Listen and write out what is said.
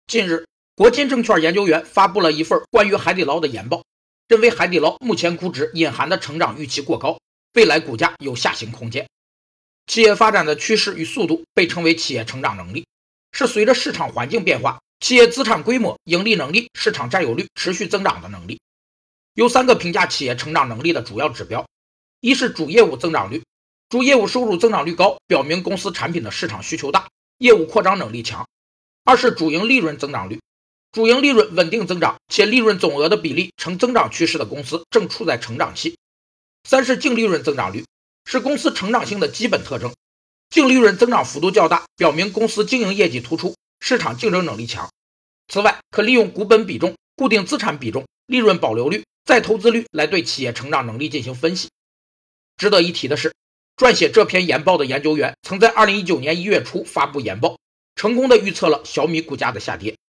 近日，国金证券研究员发布了一份关于海底捞的研报，认为海底捞目前估值隐含的成长预期过高，未来股价有下行空间。企业发展的趋势与速度被称为企业成长能力，是随着市场环境变化，企业资产规模、盈利能力、市场占有率持续增长的能力。有3个评价企业成长能力的主要指标：一是主业务增长率，主业务收入增长率高，表明公司产品的市场需求大，业务扩张能力强；二是主营利润增长率，主营利润稳定增长，且利润总额的比例呈增长趋势的公司正处在成长期；三是净利润增长率，是公司成长性的基本特征，净利润增长幅度较大，表明公司经营业绩突出，市场竞争能力强。此外，可利用股本比重、固定资产比重、利润保留率、再投资率来对企业成长能力进行分析。值得一提的是，撰写这篇研报的研究员曾在2019年1月初发布研报，成功的预测了小米股价的下跌。